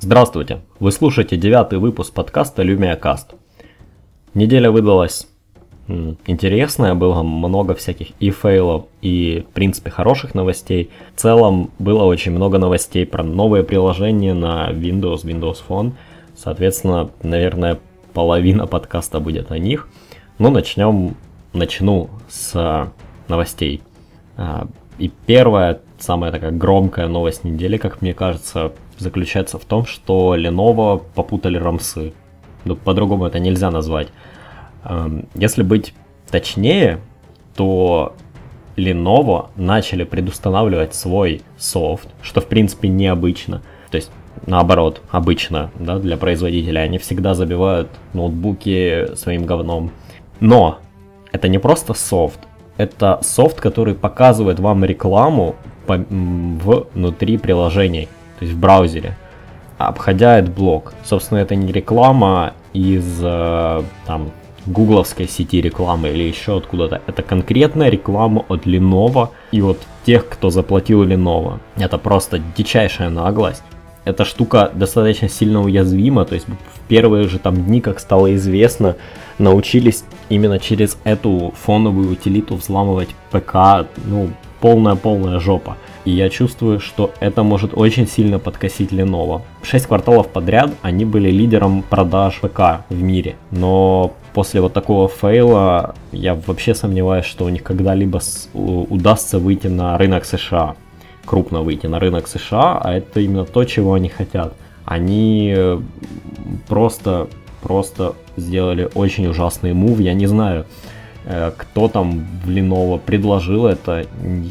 Здравствуйте! Вы слушаете 9-й выпуск подкаста LumiaCast. Неделя выдалась интересная, было много всяких и фейлов, и, в принципе, хороших новостей. В целом, было очень много новостей про новые приложения на Windows Phone. Соответственно, наверное, половина подкаста будет о них. Но начну с новостей. И первая, самая такая громкая новость недели, как мне кажется, заключается в том, что Lenovo попутали рамсы. Ну, по-другому это нельзя назвать. Если быть точнее, то Lenovo начали предустанавливать свой софт, что в принципе необычно. То есть, наоборот, обычно, да, для производителя. Они всегда забивают ноутбуки своим говном. Но это не просто софт. Это софт, который показывает вам рекламу внутри приложений, то есть в браузере, обходя AdBlock. Собственно, это не реклама из гугловской сети рекламы или еще откуда-то. Это конкретная реклама от Lenovo и от тех, кто заплатил Lenovo. Это просто дичайшая наглость. Эта штука достаточно сильно уязвима, то есть в первые же дни, как стало известно, научились именно через эту фоновую утилиту взламывать ПК, полная жопа. И я чувствую, что это может очень сильно подкосить Lenovo. 6 кварталов подряд они были лидером продаж ПК в мире, но после вот такого фейла я вообще сомневаюсь, что у них когда-либо удастся выйти на рынок США. Крупно выйти на рынок США, а это именно то, чего они хотят. Они просто сделали очень ужасный мув. Я не знаю, кто там в Lenovo предложил это.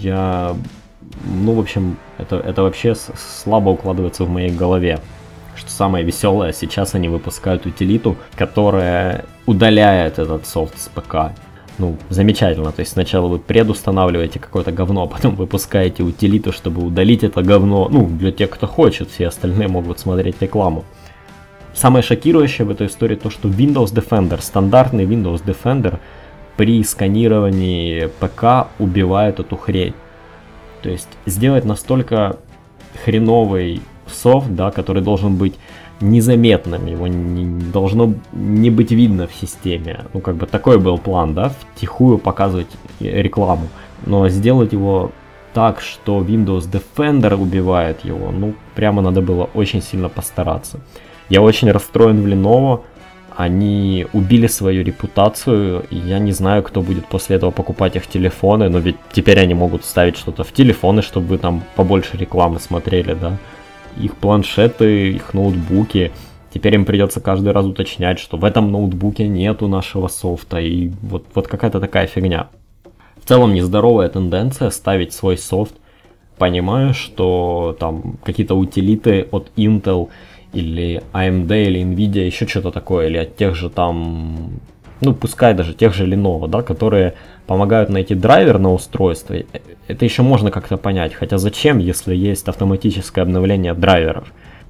Это вообще слабо укладывается в моей голове. Что самое веселое, сейчас они выпускают утилиту, которая удаляет этот софт с ПК. Замечательно. То есть сначала вы предустанавливаете какое-то говно, а потом выпускаете утилиту, чтобы удалить это говно. Для тех, кто хочет, все остальные могут смотреть рекламу. Самое шокирующее в этой истории то, что Windows Defender, стандартный Windows Defender, при сканировании ПК убивает эту хрень. То есть сделать настолько хреновый софт, который должен быть незаметным, его не должно не быть видно в системе. Такой был план, втихую показывать рекламу. Но сделать его так, что Windows Defender убивает его, прямо надо было очень сильно постараться. Я очень расстроен в Lenovo. Они убили свою репутацию, и я не знаю, кто будет после этого покупать их телефоны, но ведь теперь они могут ставить что-то в телефоны, чтобы вы там побольше рекламы смотрели, их планшеты, их ноутбуки. Теперь им придется каждый раз уточнять, что в этом ноутбуке нету нашего софта, и вот какая-то такая фигня. В целом нездоровая тенденция ставить свой софт. Понимаю, что там какие-то утилиты от Intel или AMD, или Nvidia, еще что-то такое, или от тех же пускай даже тех же Lenovo, которые помогают найти драйвер на устройство. Это еще можно как-то понять, хотя зачем, если есть автоматическое обновление драйверов.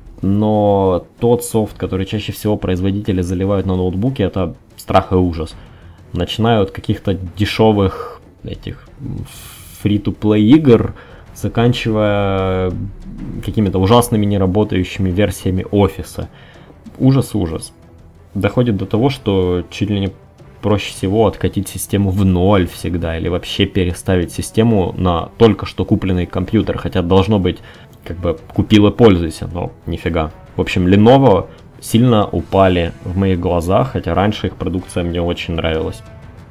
Но тот софт, который чаще всего производители заливают на ноутбуки, это страх и ужас. Начиная от каких-то дешевых этих free-to-play игр, заканчивая какими-то ужасными неработающими версиями офиса. Ужас. Доходит до того, что чуть ли не проще всего откатить систему в ноль всегда, или вообще переставить систему на только что купленный компьютер, хотя должно быть купил и пользуйся, но нифига. В общем, Lenovo сильно упали в моих глазах, хотя раньше их продукция мне очень нравилась.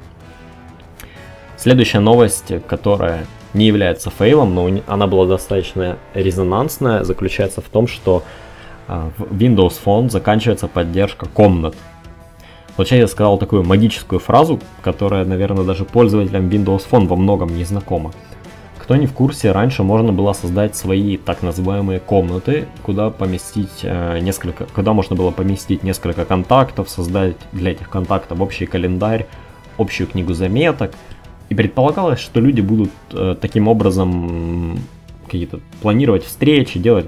Следующая новость, которая не является фейлом, но она была достаточно резонансная, заключается в том, что в Windows Phone заканчивается поддержка комнат. Вот сейчас я сказал такую магическую фразу, которая, наверное, даже пользователям Windows Phone во многом не знакома. Кто не в курсе, раньше можно было создать свои так называемые комнаты, куда можно было поместить несколько контактов, создать для этих контактов общий календарь, общую книгу заметок. И предполагалось, что люди будут таким образом планировать встречи, делать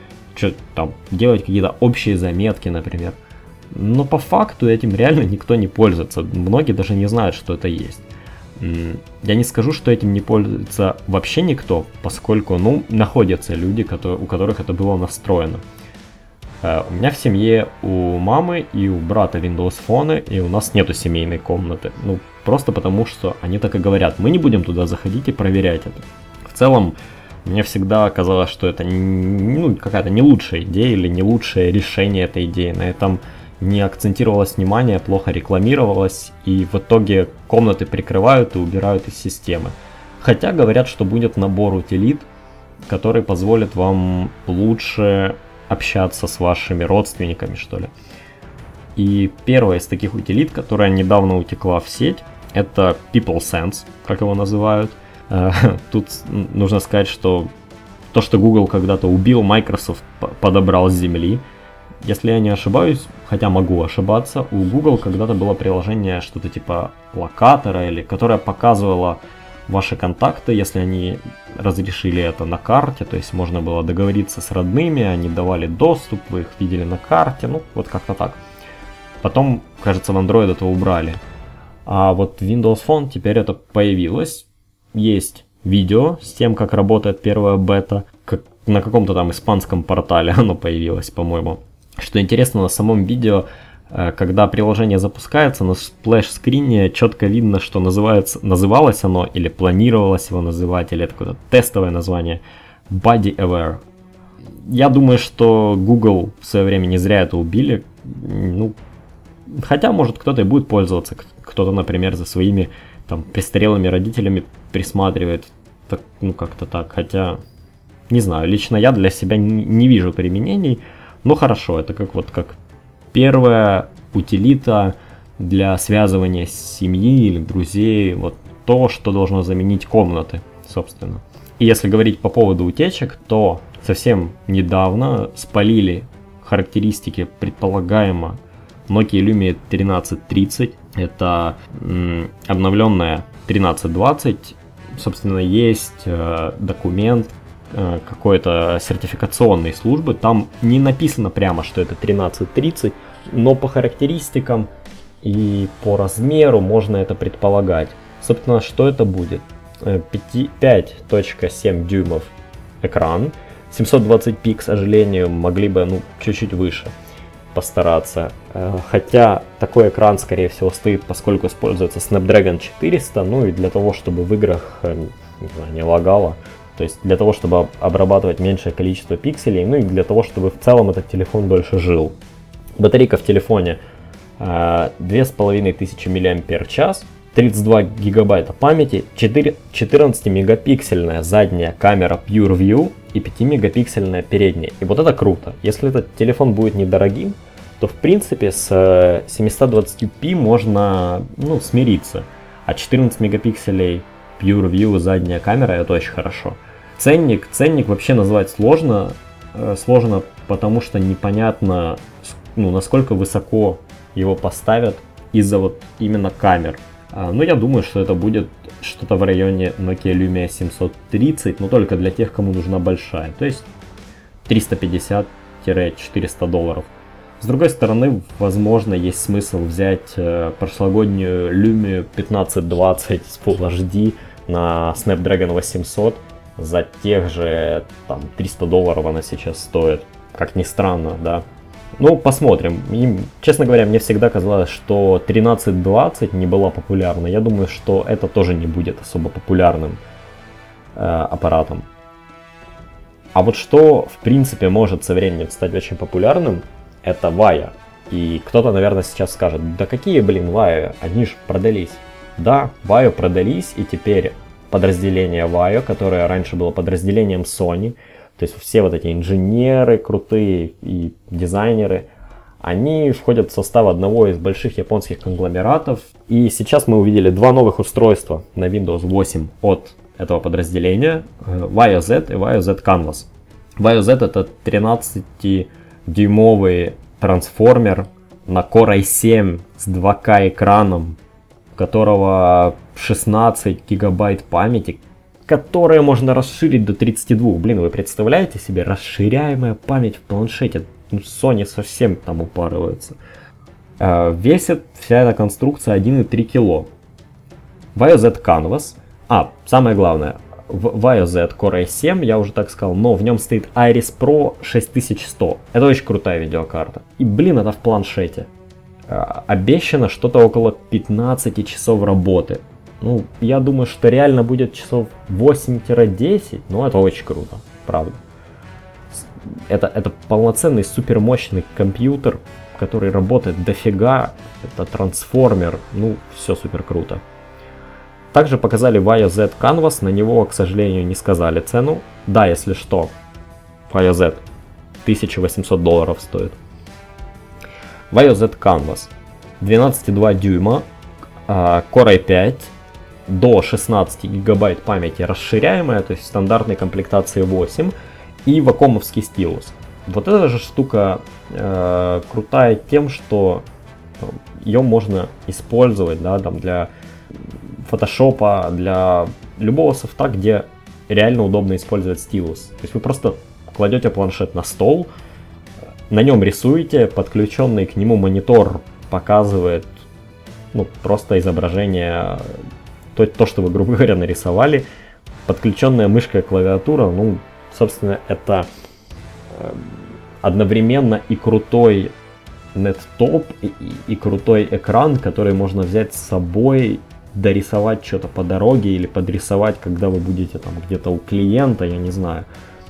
какие-то общие заметки, например. Но по факту этим реально никто не пользуется. Многие даже не знают, что это есть. Я не скажу, что этим не пользуется вообще никто, поскольку, находятся люди, у которых это было настроено. У меня в семье у мамы и у брата Windows Phone, и у нас нету семейной комнаты. Ну, просто потому, что они так и говорят, мы не будем туда заходить и проверять это. В целом, мне всегда казалось, что это какая-то не лучшая идея или не лучшее решение этой идеи. На этом не акцентировалось внимание, плохо рекламировалось, и в итоге комнаты прикрывают и убирают из системы. Хотя говорят, что будет набор утилит, который позволит вам лучше общаться с вашими родственниками, что ли. И первая из таких утилит, которая недавно утекла в сеть, это PeopleSense, как его называют. Тут нужно сказать, что то, что Google когда-то убил, Microsoft подобрал с земли. Если я не ошибаюсь, хотя могу ошибаться, у Google когда-то было приложение что-то типа локатора, которое показывало ваши контакты, если они разрешили это на карте, то есть можно было договориться с родными, они давали доступ, вы их видели на карте, ну вот как-то так. Потом, кажется, в Android это убрали. А вот в Windows Phone теперь это появилось. Есть видео с тем, как работает первая бета, на каком-то там испанском портале оно появилось, по-моему. Что интересно, на самом видео, когда приложение запускается, на сплэш-скрине четко видно, что называлось оно, или планировалось его называть, или это какое-то тестовое название, Body Aware. Я думаю, что Google в свое время не зря это убили. Ну, хотя, может, кто-то и будет пользоваться, кто-то, например, за своими там престарелыми родителями присматривает, так, ну как-то так, хотя, не знаю, лично я для себя не вижу применений, но хорошо, это как первая утилита для связывания семьи или друзей, вот то, что должно заменить комнаты, собственно. И если говорить по поводу утечек, то совсем недавно спалили характеристики предполагаемо Nokia Lumia 1330, это обновленная 1320, собственно, есть документ какой-то сертификационной службы, там не написано прямо, что это 1330, но по характеристикам и по размеру можно это предполагать. Собственно, что это будет? 5.7 дюймов экран, 720p, к сожалению, могли бы чуть-чуть выше постараться. Хотя такой экран, скорее всего, стоит, поскольку используется Snapdragon 400, ну и для того, чтобы в играх не лагало. То есть для того, чтобы обрабатывать меньшее количество пикселей, ну и для того, чтобы в целом этот телефон дольше жил. Батарейка в телефоне 2500 мАч, 32 гигабайта памяти, 14-мегапиксельная задняя камера PureView и 5-мегапиксельная передняя. И вот это круто. Если этот телефон будет недорогим, то в принципе с 720p можно смириться. А 14 мегапикселей PureView задняя камера — это очень хорошо. Ценник вообще назвать сложно, потому что непонятно, насколько высоко его поставят из-за вот именно камер. Но я думаю, что это будет что-то в районе Nokia Lumia 730, но только для тех, кому нужна большая, то есть $350-400. С другой стороны, возможно, есть смысл взять прошлогоднюю Lumia 1520 с Full HD на Snapdragon 800 за тех же $300 она сейчас стоит, как ни странно, да. Ну, посмотрим. И, честно говоря, мне всегда казалось, что 1320 не была популярна. Я думаю, что это тоже не будет особо популярным аппаратом. А вот что, в принципе, может со временем стать очень популярным, это Vaio. И кто-то, наверное, сейчас скажет, да какие, Vaio, они же продались. Да, Vaio продались, и теперь подразделение Vaio, которое раньше было подразделением Sony, то есть все вот эти инженеры крутые и дизайнеры, они входят в состав одного из больших японских конгломератов. И сейчас мы увидели два новых устройства на Windows 8 от этого подразделения. Vaio Z и Vaio Z Canvas. Vaio Z — это 13-дюймовый трансформер на Core i7 с 2К экраном, у которого 16 гигабайт памяти, которые можно расширить до 32. Блин, вы представляете себе расширяемая память в планшете? Sony совсем там упарывается. Весит вся эта конструкция 1,3 кг. Vaio Z Canvas. Самое главное, Vaio Z Core i7, я уже так сказал, но в нем стоит Iris Pro 6100. Это очень крутая видеокарта. И, блин, это в планшете. Обещано что-то около 15 часов работы. Ну, я думаю, что реально будет часов 8-10, но это очень круто, правда. Это полноценный супермощный компьютер, который работает дофига, это трансформер, ну, все супер круто. Также показали Vaio Z Canvas, на него, к сожалению, не сказали цену. Да, если что, Vaio Z $1800 стоит. Vaio Z Canvas 12,2 дюйма, Core i5, до 16 гигабайт памяти расширяемая, то есть в стандартной комплектации 8, и вакомовский стилус. Вот эта же штука крутая тем, что ее можно использовать, да, там, для фотошопа, для любого софта, где реально удобно использовать стилус. То есть вы просто кладете планшет на стол, на нем рисуете, подключенный к нему монитор показывает, ну, просто изображение, то, что вы, грубо говоря, нарисовали, подключенная мышка и клавиатура, ну, собственно, это одновременно и крутой неттоп, и крутой экран, который можно взять с собой, дорисовать что-то по дороге или подрисовать, когда вы будете там где-то у клиента, я не знаю.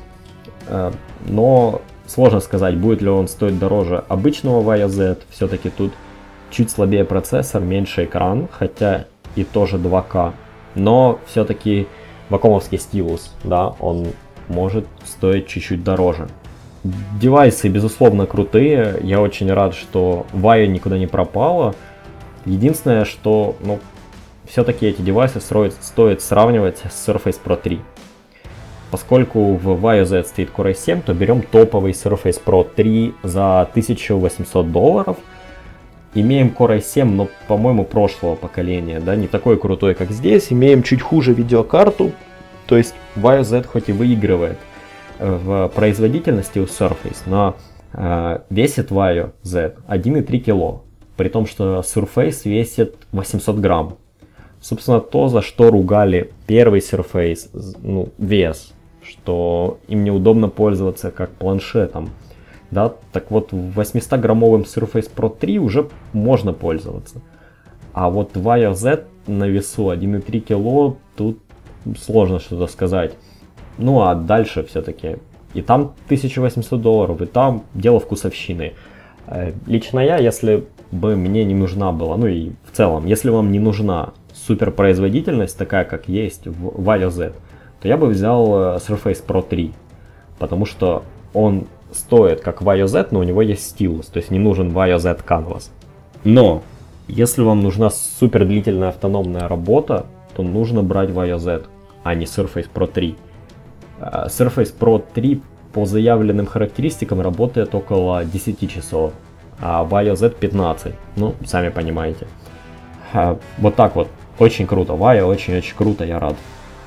Но сложно сказать, будет ли он стоить дороже обычного Vaio Z. Все-таки тут чуть слабее процессор, меньше экран, хотя и тоже 2К. Но все-таки вакомовский стилус, да, он может стоить чуть-чуть дороже. Девайсы, безусловно, крутые. Я очень рад, что Vaio никуда не пропала. Единственное, что, ну, все-таки эти девайсы стоит сравнивать с Surface Pro 3. Поскольку в Vaio Z стоит Core i7, то берем топовый Surface Pro 3 за $1800. Имеем Core i7, но, по-моему, прошлого поколения, да, не такой крутой, как здесь. Имеем чуть хуже видеокарту, то есть Vaio Z хоть и выигрывает в производительности у Surface, но весит Vaio Z 1,3 кг, при том, что Surface весит 800 грамм. Собственно, то, за что ругали первый Surface, ну, вес, что им неудобно пользоваться как планшетом. Да, так вот, 800-граммовым Surface Pro 3 уже можно пользоваться. А вот Vaio Z на весу 1,3 кг, тут сложно что-то сказать. Ну а дальше все-таки и там $1800, и там дело вкусовщины. Лично я, если бы мне не нужна была, ну и в целом, если вам не нужна суперпроизводительность такая, как есть в Vaio Z, то я бы взял Surface Pro 3, потому что он стоит как Vaio Z, но у него есть стилус, то есть не нужен Vaio Z Canvas. Но если вам нужна супер длительная автономная работа, то нужно брать Vaio Z, а не Surface Pro 3. Surface Pro 3 по заявленным характеристикам работает около 10 часов, а Vaio Z 15. Ну, сами понимаете. Вот так вот. Очень круто. Vaio очень-очень круто, я рад.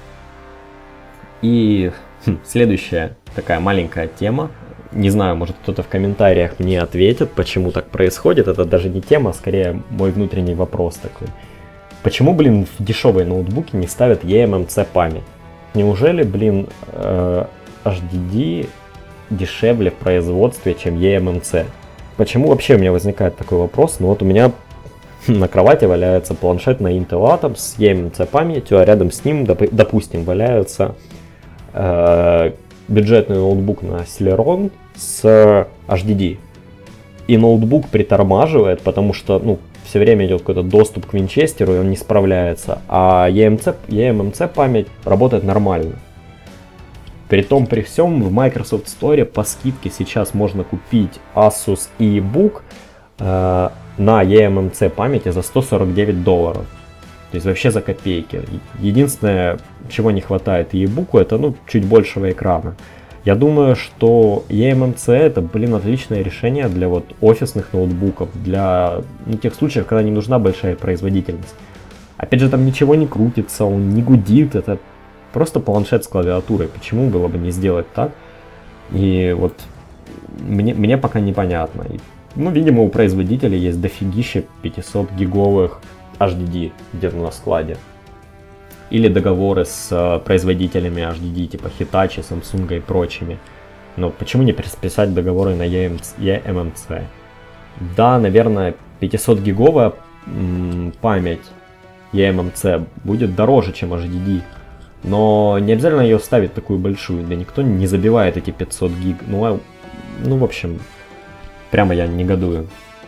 И следующая такая маленькая тема. Не знаю, может кто-то в комментариях мне ответит, почему так происходит. Это даже не тема, а скорее мой внутренний вопрос такой. Почему, блин, в дешевые ноутбуки не ставят eMMC память? Неужели, блин, HDD дешевле в производстве, чем eMMC? Почему вообще у меня возникает такой вопрос? Ну вот у меня на кровати валяется планшет на Intel Atom с eMMC памятью, а рядом с ним, допустим, валяется бюджетный ноутбук на Celeron с HDD. И ноутбук притормаживает, потому что, ну, все время идет какой-то доступ к винчестеру, и он не справляется. А eMMC память работает нормально. Притом, при всем, в Microsoft Store по скидке сейчас можно купить Asus EBook на eMMC памяти за $149. То есть вообще за копейки. Единственное, чего не хватает EBook, это, ну, чуть большего экрана. Я думаю, что eMMC это, блин, отличное решение для вот офисных ноутбуков, для, ну, тех случаев, когда не нужна большая производительность. Опять же, там ничего не крутится, он не гудит, это просто планшет с клавиатурой. Почему было бы не сделать так? И вот мне пока непонятно. Ну, видимо, у производителя есть дофигища 500 гиговых HDD где-то на складе. или договоры с производителями HDD типа Hitachi, Samsung и прочими. Но почему не переписать договоры на eMMC? Да, наверное, 500-гиговая память eMMC будет дороже, чем HDD. Но не обязательно ее ставить такую большую, да никто не забивает эти 500 гиг. Ну, в общем, прямо я негодую.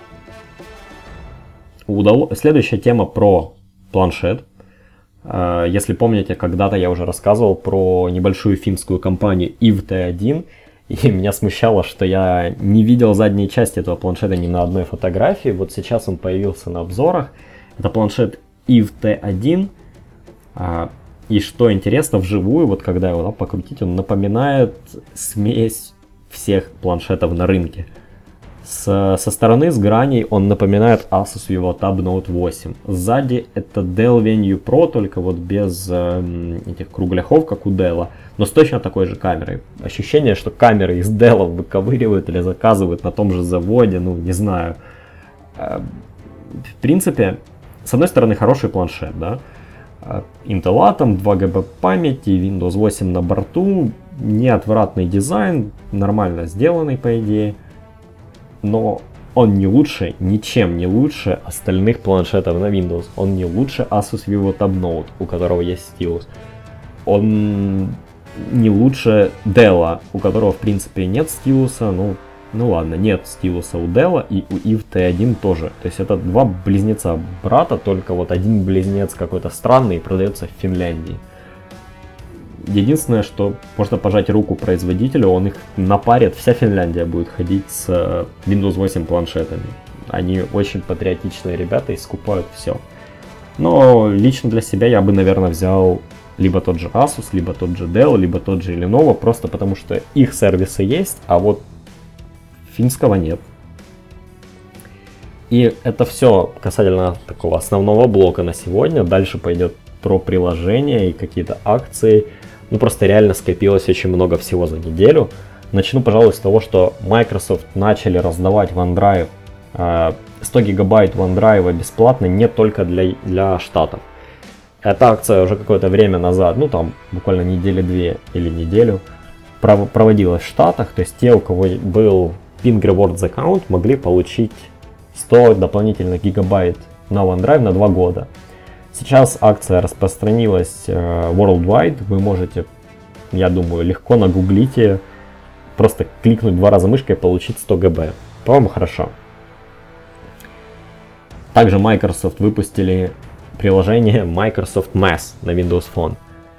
Следующая тема про планшет. Если помните, когда-то я уже рассказывал про небольшую финскую компанию EVE T1, и меня смущало, что я не видел задней части этого планшета ни на одной фотографии. Вот сейчас он появился на обзорах. Это планшет EVE T1. И что интересно, вживую, вот когда его покрутить, он напоминает смесь всех планшетов на рынке. Со стороны, с граней, он напоминает Asus VivoTab Note 8. Сзади это Dell Venue Pro, только вот без этих кругляхов, как у Dell, но с точно такой же камерой. Ощущение, что камеры из Dell выковыривают или заказывают на том же заводе, ну не знаю. В принципе, с одной стороны, хороший планшет, да. Intel Atom, 2 ГБ памяти, Windows 8 на борту, неотвратный дизайн, нормально сделанный по идее. Но он не лучше, ничем не лучше остальных планшетов на Windows. Он не лучше Asus VivoTab Note, у которого есть стилус. Он не лучше Dell, у которого в принципе нет стилуса. Ну ладно, нет стилуса у Dell и у EVE T1 тоже. То есть это два близнеца брата, только вот один близнец какой-то странный и продается в Финляндии. Единственное, что можно пожать руку производителю, он их напарит, вся Финляндия будет ходить с Windows 8 планшетами. Они очень патриотичные ребята и скупают все. Но лично для себя я бы, наверное, взял либо тот же Asus, либо тот же Dell, либо тот же Lenovo, просто потому что их сервисы есть, а вот финского нет. И это все касательно такого основного блока на сегодня. Дальше пойдет про приложения и какие-то акции. Ну просто реально скопилось очень много всего за неделю. Начну, пожалуй, с того, что Microsoft начали раздавать OneDrive, 100 гигабайт OneDrive бесплатно не только для штатов. Эта акция уже какое-то время назад, ну там буквально недели-две или неделю, проводилась в Штатах. То есть те, у кого был Ping Rewards аккаунт, могли получить 100 дополнительных гигабайт на OneDrive на 2 года. Сейчас акция распространилась worldwide, вы можете, я думаю, легко нагуглить ее, просто кликнуть 2 раза мышкой и получить 100 ГБ. По-моему, хорошо. Также Microsoft выпустили приложение Microsoft Mesh на Windows Phone.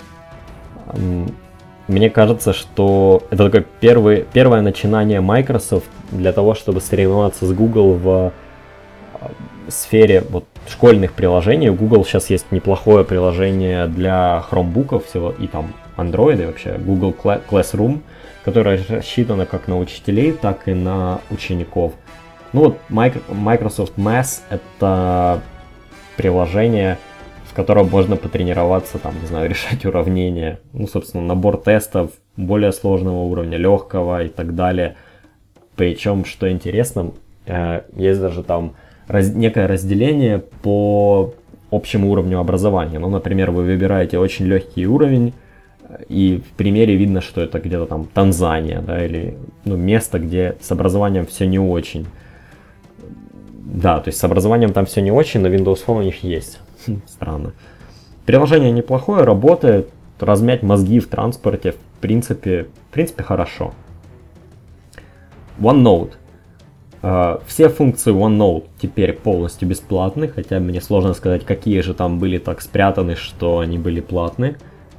Мне кажется, что это такое первое начинание Microsoft для того, чтобы соревноваться с Google в сфере вот, школьных приложений. У Google сейчас есть неплохое приложение для хромбуков всего, и там Android, и вообще Google Classroom, которое рассчитано как на учителей, так и на учеников. Ну вот Microsoft Mesh — это приложение, в котором можно потренироваться, там, не знаю, решать уравнения. Ну, собственно, набор тестов более сложного уровня, легкого и так далее. Причем, что интересно, есть даже там некое разделение по общему уровню образования. Ну, например, вы выбираете очень легкий уровень, и в примере видно, что это где-то там Танзания, да, или место, где с образованием все не очень. Да, то есть с образованием там все не очень, но Windows Phone у них есть. Странно. Приложение неплохое, работает, размять мозги в транспорте в принципе хорошо. OneNote. Все функции OneNote теперь полностью бесплатны, хотя мне сложно сказать, какие же там были так спрятаны, что они были платны.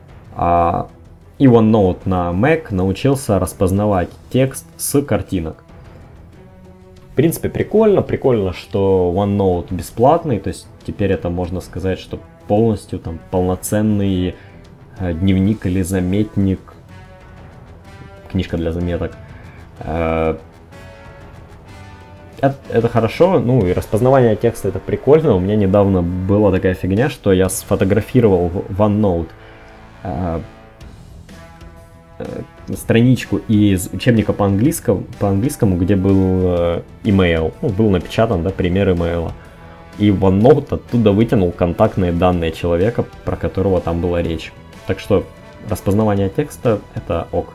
И OneNote на Mac научился распознавать текст с картинок. В принципе, прикольно, что OneNote бесплатный, то есть теперь это можно сказать, что полностью там полноценный дневник или заметник, книжка для заметок. Это хорошо, ну и распознавание текста это прикольно. У меня недавно была такая фигня, что я сфотографировал в OneNote страничку из учебника по английскому, где был email, был напечатан, да, пример имейла. и OneNote оттуда вытянул контактные данные человека, про которого там была речь. Так что распознавание текста — это ок.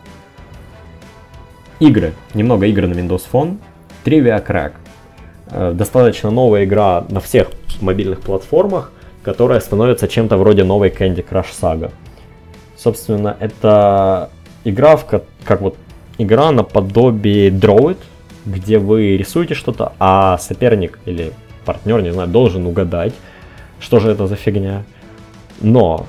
Игры. Немного игр на Windows Phone. Trivia Crack. Достаточно новая игра на всех мобильных платформах, которая становится чем-то вроде новой Candy Crush Saga. Собственно, это игра, игра наподобие Draw It, где вы рисуете что-то, а соперник или партнер, не знаю, должен угадать, что же это за фигня. Но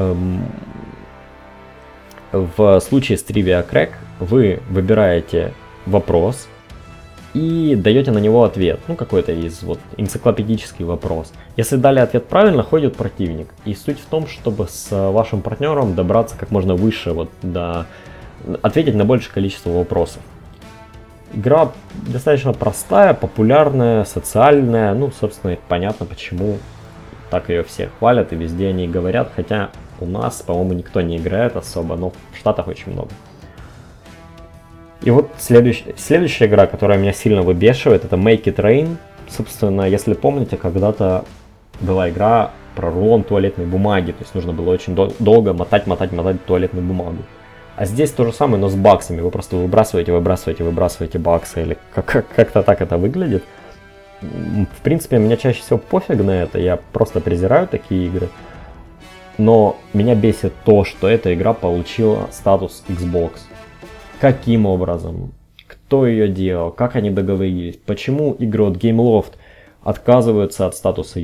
в случае с Trivia Crack вы выбираете вопрос и даете на него ответ. Какой-то энциклопедический вопрос. Если дали ответ правильно, ходит противник. И суть в том, чтобы с вашим партнером добраться как можно выше, ответить на большее количество вопросов. Игра достаточно простая, популярная, социальная. Собственно, понятно, почему так ее все хвалят и везде они говорят. Хотя у нас, по-моему, никто не играет особо, но в Штатах очень много. И следующая игра, которая меня сильно выбешивает, это Make It Rain. Собственно, если помните, когда-то была игра про рулон туалетной бумаги. То есть нужно было очень долго мотать туалетную бумагу. А здесь то же самое, но с баксами. Вы просто выбрасываете баксы. Или как-то так это выглядит. В принципе, меня чаще всего пофиг на это. Я просто презираю такие игры. Но меня бесит то, что эта игра получила статус Xbox. Каким образом? Кто ее делал? Как они договорились? Почему игры от Gameloft отказываются от статуса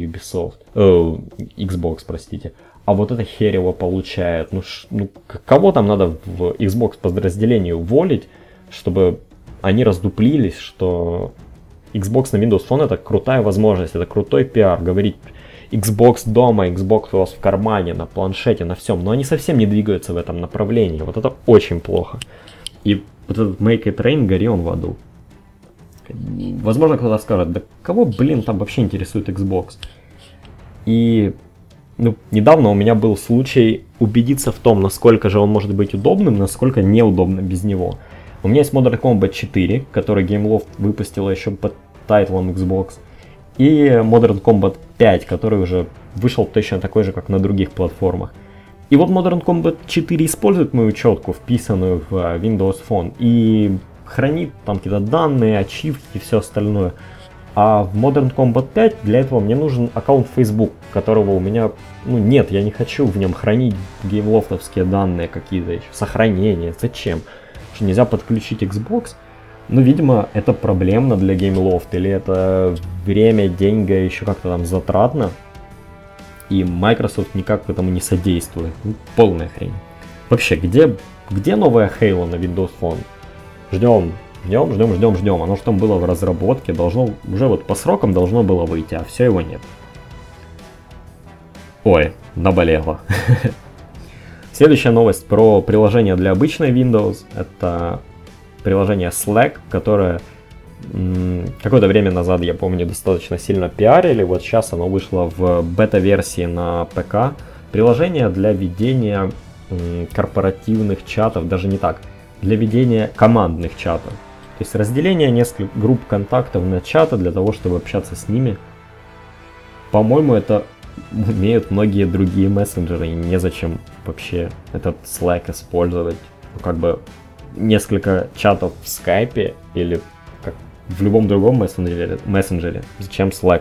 Xbox, простите. А вот это херево получает. Кого там надо в Xbox подразделении уволить, чтобы они раздуплились, что Xbox на Windows Phone — это крутая возможность, это крутой пиар. Говорить Xbox дома, Xbox у вас в кармане, на планшете, на всем. Но они совсем не двигаются в этом направлении. Вот это очень плохо. И вот этот Make It Rain, гори он в аду. Возможно, кто-то скажет, да кого, там вообще интересует Xbox? И недавно у меня был случай убедиться в том, насколько же он может быть удобным, насколько неудобно без него. У меня есть Modern Combat 4, который Gameloft выпустила еще под тайтлом Xbox. И Modern Combat 5, который уже вышел точно такой же, как на других платформах. И вот Modern Combat 4 использует мою четку, вписанную в Windows Phone, и хранит там какие-то данные, ачивки и все остальное. А в Modern Combat 5 для этого мне нужен аккаунт Facebook, которого у меня нет, я не хочу в нем хранить геймлофтовские данные какие-то еще, сохранения, зачем? Что нельзя подключить Xbox? Видимо, это проблемно для Gameloft, или это время, деньги, еще как-то там затратно. И Microsoft никак к этому не содействует. Полная хрень. Вообще, где новая Halo на Windows Phone? Ждем. Оно что там было в разработке, уже по срокам должно было выйти, а все его нет. Ой, наболело. Следующая новость про приложение для обычной Windows. Это приложение Slack, которое какое-то время назад, я помню, достаточно сильно пиарили. Вот сейчас оно вышло в бета-версии на ПК. Приложение для ведения корпоративных чатов, даже не так, для ведения командных чатов. То есть разделение нескольких групп контактов на чаты для того, чтобы общаться с ними. По-моему, это умеют многие другие мессенджеры, и незачем вообще этот Slack использовать. Несколько чатов в Skype или в любом другом мессенджере. Зачем Slack?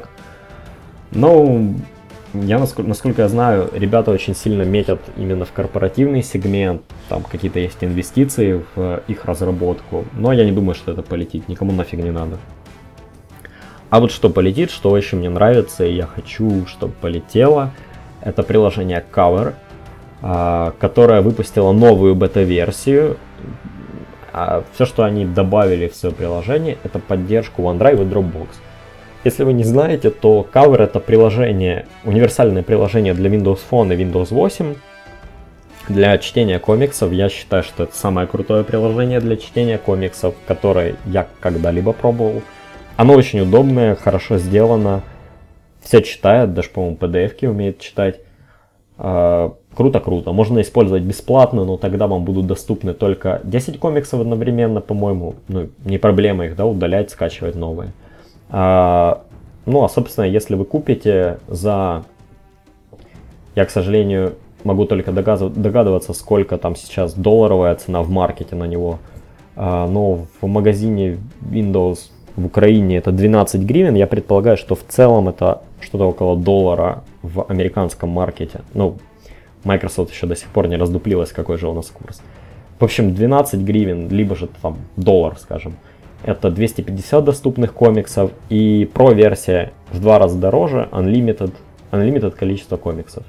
Насколько я знаю, ребята очень сильно метят именно в корпоративный сегмент. Там какие-то есть инвестиции в их разработку. Но я не думаю, что это полетит. Никому нафиг не надо. А вот что полетит, что очень мне нравится, и я хочу, чтобы полетело, это приложение Cover, которое выпустило новую бета-версию. Все, что они добавили в свое приложение, это поддержку OneDrive и Dropbox. Если вы не знаете, то Cover — это приложение, универсальное приложение для Windows Phone и Windows 8. Для чтения комиксов я считаю, что это самое крутое приложение для чтения комиксов, которое я когда-либо пробовал. Оно очень удобное, хорошо сделано, все читает, даже, по-моему, PDF-ки умеет читать. Круто. Можно использовать бесплатно, но тогда вам будут доступны только 10 комиксов одновременно, по-моему. Не проблема их, удалять, скачивать новые. Ну, а, собственно, если вы купите за... Я, к сожалению, могу только догадываться, сколько там сейчас долларовая цена в маркете на него. Но в магазине Windows в Украине это 12 гривен. Я предполагаю, что в целом это что-то около $1 в американском маркете. Ну, Microsoft еще до сих пор не раздуплилась, какой же у нас курс. В общем, 12 гривен, либо же там $1, скажем. Это 250 доступных комиксов. И Pro-версия в 2 раза дороже, Unlimited количество комиксов.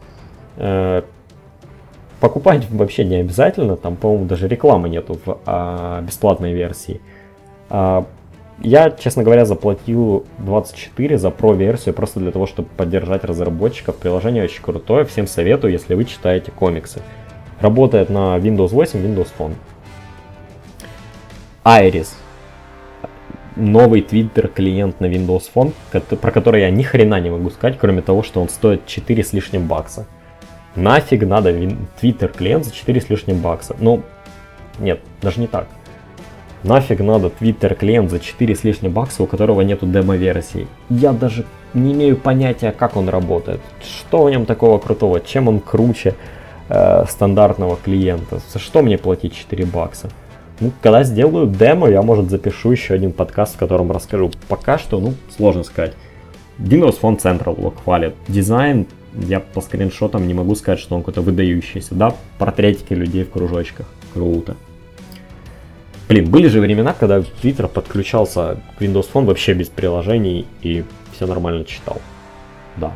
Покупать вообще не обязательно, там, по-моему, даже рекламы нету в бесплатной версии. Я, честно говоря, заплатил 24 за Pro-версию просто для того, чтобы поддержать разработчиков. Приложение очень крутое, всем советую, если вы читаете комиксы. Работает на Windows 8, Windows Phone. Iris. Новый Twitter клиент на Windows Phone, про который я ни хрена не могу сказать, кроме того, что он стоит 4 с лишним бакса. Нафиг надо Twitter клиент за 4 с лишним бакса? Ну, нет, даже не так. Нафиг надо Twitter клиент за 4 с лишним бакса, у которого нету демо-версии? Я даже не имею понятия, как он работает. Что в нем такого крутого? Чем он круче стандартного клиента? За что мне платить 4 бакса? Ну, когда сделаю демо, я, может, запишу еще один подкаст, в котором расскажу. Пока что, ну, сложно сказать. Windows Phone Central его хвалит. Дизайн, я по скриншотам не могу сказать, что он какой-то выдающийся. Да, портретики людей в кружочках. Круто. Блин, были же времена, когда Twitter подключался к Windows Phone вообще без приложений и все нормально читал. Да.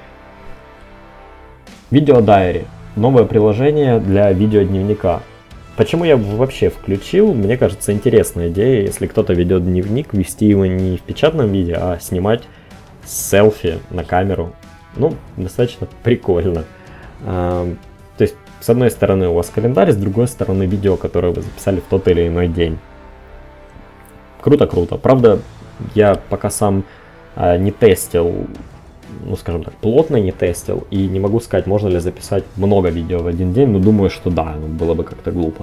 Video Diary. Новое приложение для видеодневника. Почему я вообще включил? Мне кажется, интересная идея, если кто-то ведет дневник, вести его не в печатном виде, а снимать селфи на камеру. Ну, достаточно прикольно. То есть, с одной стороны у вас календарь, с другой стороны видео, которое вы записали в тот или иной день. Круто-круто. Правда, я пока сам не тестил, ну скажем так, плотно не тестил, и не могу сказать, можно ли записать много видео в один день, но думаю, что да, было бы как-то глупо.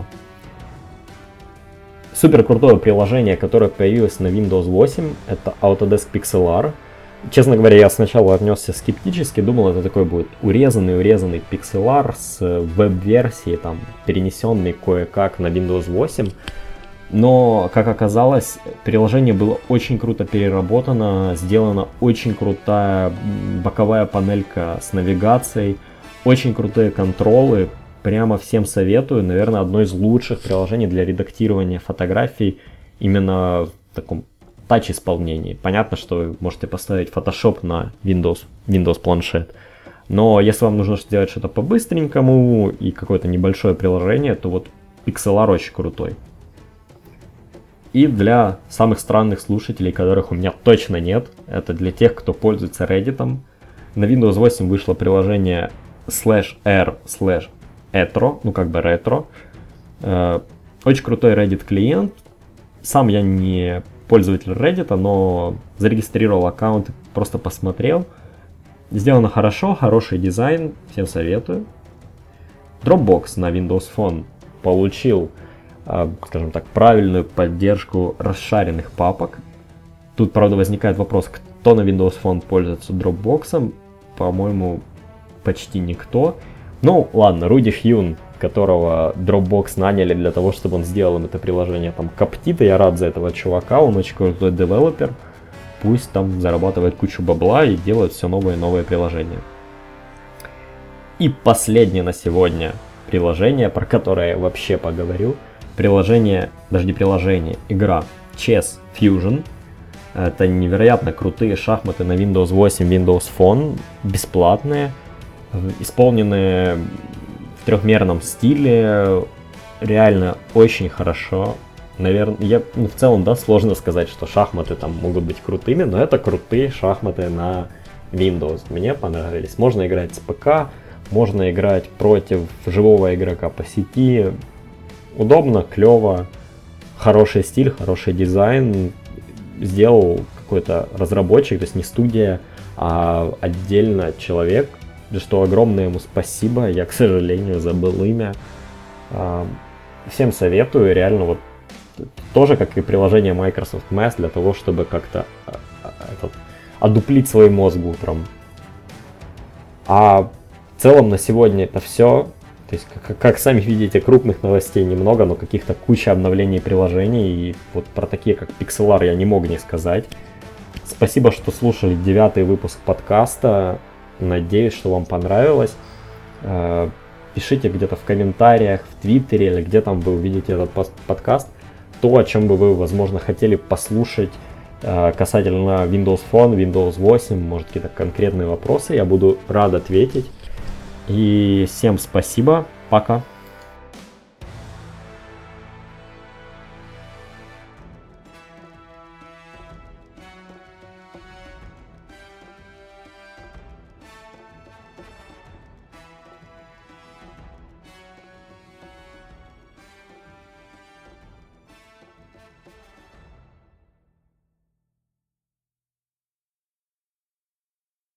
Супер крутое приложение, которое появилось на Windows 8, это Autodesk Pixel. Честно говоря, я сначала отнесся скептически, думал, это такой будет урезанный Pixel с веб-версией, там, перенесенный кое-как на Windows 8. Но, как оказалось, приложение было очень круто переработано, сделана очень крутая боковая панелька с навигацией, очень крутые контролы, прямо всем советую, наверное, одно из лучших приложений для редактирования фотографий именно в таком тач-исполнении. Понятно, что вы можете поставить Photoshop на Windows планшет, но если вам нужно сделать что-то по-быстренькому и какое-то небольшое приложение, то вот Pixel очень крутой. И для самых странных слушателей, которых у меня точно нет, это для тех, кто пользуется Reddit. На Windows 8 вышло приложение /r/etro, ну как бы ретро. Очень крутой Reddit клиент. Сам я не пользователь Reddit, но зарегистрировал аккаунт и просто посмотрел. Сделано хорошо, хороший дизайн, всем советую. Dropbox на Windows Phone получил, скажем так, правильную поддержку расшаренных папок. Тут, правда, возникает вопрос, кто на Windows Phone пользуется Dropbox. По-моему, почти никто. Ну, ладно, Руди Хьюн, которого Dropbox наняли для того, чтобы он сделал им это приложение, там коптит, и я рад за этого чувака, он очень крутой девелопер. Пусть там зарабатывает кучу бабла и делает все новые и новые приложения. И последнее на сегодня приложение, про которое я вообще поговорю. Приложение, даже не приложение, игра Chess Fusion. Это невероятно крутые шахматы на Windows 8, Windows Phone, бесплатные, исполненные в трехмерном стиле, реально очень хорошо. Наверное, в целом, да, сложно сказать, что шахматы там могут быть крутыми, но это крутые шахматы на Windows. Мне понравились. Можно играть с ПК, можно играть против живого игрока по сети. Удобно, клево, хороший стиль, хороший дизайн. Сделал какой-то разработчик, то есть не студия, а отдельно человек, за что огромное ему спасибо. Я, к сожалению, забыл имя. Всем советую, реально, вот тоже как и приложение Microsoft Mesh, для того, чтобы как-то одуплить свой мозг утром. А в целом на сегодня это все. То есть, как сами видите, крупных новостей немного, но каких-то куча обновлений приложений. И вот про такие, как Pixelr, я не мог не сказать. Спасибо, что слушали 9-й выпуск подкаста. Надеюсь, что вам понравилось. Пишите где-то в комментариях, в Твиттере или где там вы увидите этот подкаст. То, о чем бы вы, возможно, хотели послушать касательно Windows Phone, Windows 8, может, какие-то конкретные вопросы. Я буду рад ответить. И всем спасибо. Пока.